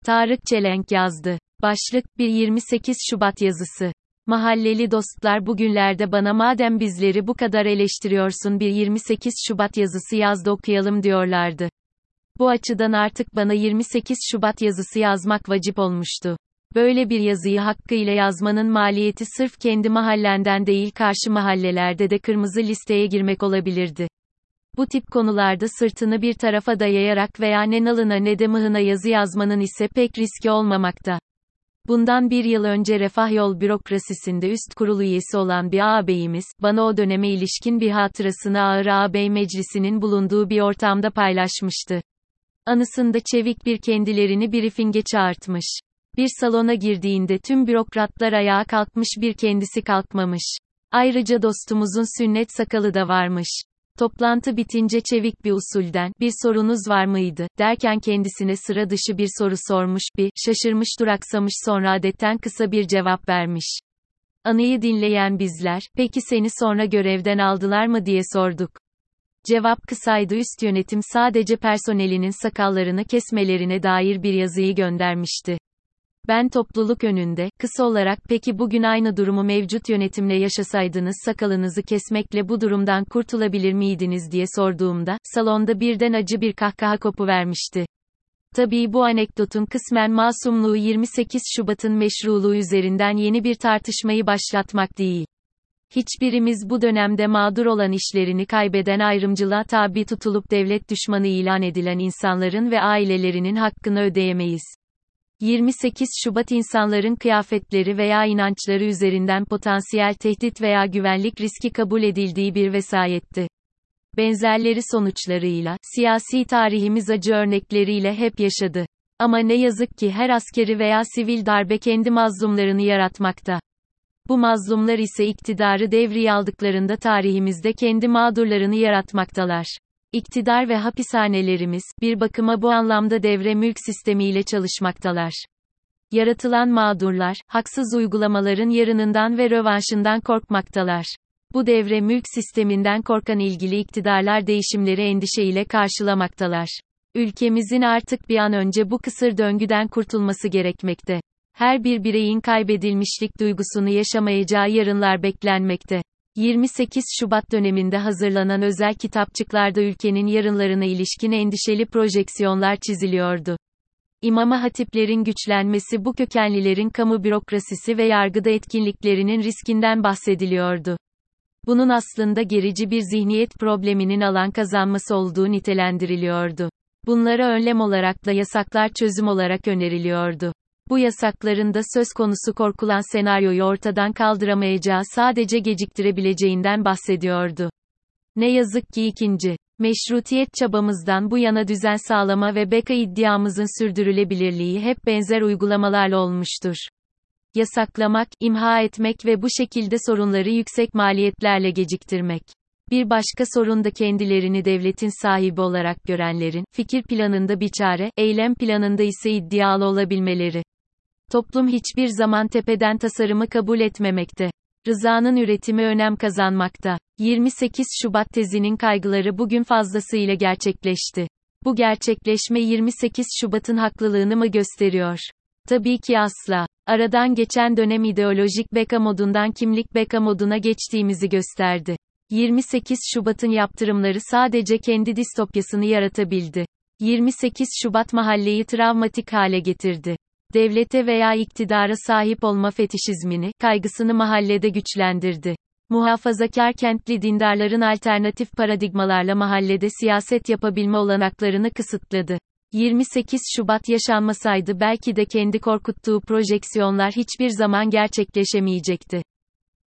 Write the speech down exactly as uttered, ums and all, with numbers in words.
Tarık Çelenk yazdı. Başlık, bir yirmi sekiz Şubat yazısı. Mahalleli dostlar bugünlerde bana madem bizleri bu kadar eleştiriyorsun bir yirmi sekiz Şubat yazısı yaz da okuyalım diyorlardı. Bu açıdan artık bana yirmi sekiz Şubat yazısı yazmak vacip olmuştu. Böyle bir yazıyı hakkıyla yazmanın maliyeti sırf kendi mahallenden değil karşı mahallelerde de kırmızı listeye girmek olabilirdi. Bu tip konularda sırtını bir tarafa dayayarak veya ne nalına ne de mıhına yazı yazmanın ise pek riski olmamakta. Bundan bir yıl önce Refah Yol Bürokrasisi'nde üst kurul üyesi olan bir ağabeyimiz, bana o döneme ilişkin bir hatırasını Ağır Ağabey Meclisi'nin bulunduğu bir ortamda paylaşmıştı. Anısında çevik bir kendilerini briefinge çağırtmış. Bir salona girdiğinde tüm bürokratlar ayağa kalkmış bir kendisi kalkmamış. Ayrıca dostumuzun sünnet sakalı da varmış. Toplantı bitince çevik bir usulden, bir sorunuz var mıydı, derken kendisine sıra dışı bir soru sormuş, bir, şaşırmış duraksamış sonra adetten kısa bir cevap vermiş. Anıyı dinleyen bizler, peki seni sonra görevden aldılar mı diye sorduk. Cevap kısaydı üst yönetim sadece personelinin sakallarını kesmelerine dair bir yazıyı göndermişti. Ben topluluk önünde, kısa olarak peki bugün aynı durumu mevcut yönetimle yaşasaydınız sakalınızı kesmekle bu durumdan kurtulabilir miydiniz diye sorduğumda, salonda birden acı bir kahkaha kopuvermişti. Tabii bu anekdotun kısmen masumluğu yirmi sekiz Şubat'ın meşruluğu üzerinden yeni bir tartışmayı başlatmak değil. Hiçbirimiz bu dönemde mağdur olan işlerini kaybeden ayrımcılığa tabi tutulup devlet düşmanı ilan edilen insanların ve ailelerinin hakkını ödeyemeyiz. yirmi sekiz Şubat insanların kıyafetleri veya inançları üzerinden potansiyel tehdit veya güvenlik riski kabul edildiği bir vesayetti. Benzerleri sonuçlarıyla, siyasi tarihimiz acı örnekleriyle hep yaşadı. Ama ne yazık ki her askeri veya sivil darbe kendi mazlumlarını yaratmakta. Bu mazlumlar ise iktidarı devreye aldıklarında tarihimizde kendi mağdurlarını yaratmaktalar. İktidar ve hapishanelerimiz, bir bakıma bu anlamda devre mülk sistemiyle çalışmaktalar. Yaratılan mağdurlar, haksız uygulamaların yarınından ve rövanşından korkmaktalar. Bu devre mülk sisteminden korkan ilgili iktidarlar değişimleri endişeyle karşılamaktalar. Ülkemizin artık bir an önce bu kısır döngüden kurtulması gerekmekte. Her bir bireyin kaybedilmişlik duygusunu yaşamayacağı yarınlar beklenmekte. yirmi sekiz Şubat döneminde hazırlanan özel kitapçıklarda ülkenin yarınlarına ilişkin endişeli projeksiyonlar çiziliyordu. İmam hatiplerin güçlenmesi bu kökenlilerin kamu bürokrasisi ve yargıda etkinliklerinin riskinden bahsediliyordu. Bunun aslında gerici bir zihniyet probleminin alan kazanması olduğu nitelendiriliyordu. Bunlara önlem olarak da yasaklar çözüm olarak öneriliyordu. Bu yasakların da söz konusu korkulan senaryoyu ortadan kaldıramayacağı sadece geciktirebileceğinden bahsediyordu. Ne yazık ki ikinci, meşrutiyet çabamızdan bu yana düzen sağlama ve beka iddiamızın sürdürülebilirliği hep benzer uygulamalarla olmuştur. Yasaklamak, imha etmek ve bu şekilde sorunları yüksek maliyetlerle geciktirmek. Bir başka sorun da kendilerini devletin sahibi olarak görenlerin, fikir planında biçare, eylem planında ise iddialı olabilmeleri. Toplum hiçbir zaman tepeden tasarımı kabul etmemekte. Rızanın üretimi önem kazanmakta. yirmi sekiz Şubat tezinin kaygıları bugün fazlasıyla gerçekleşti. Bu gerçekleşme yirmi sekiz Şubat'ın haklılığını mı gösteriyor? Tabii ki asla. Aradan geçen dönem ideolojik beka modundan kimlik beka moduna geçtiğimizi gösterdi. yirmi sekiz Şubat'ın yaptırımları sadece kendi distopyasını yaratabildi. yirmi sekiz Şubat mahalleyi travmatik hale getirdi. Devlete veya iktidara sahip olma fetişizmini, kaygısını mahallede güçlendirdi. Muhafazakar kentli dindarların alternatif paradigmalarla mahallede siyaset yapabilme olanaklarını kısıtladı. yirmi sekiz Şubat yaşanmasaydı belki de kendi korkuttuğu projeksiyonlar hiçbir zaman gerçekleşemeyecekti.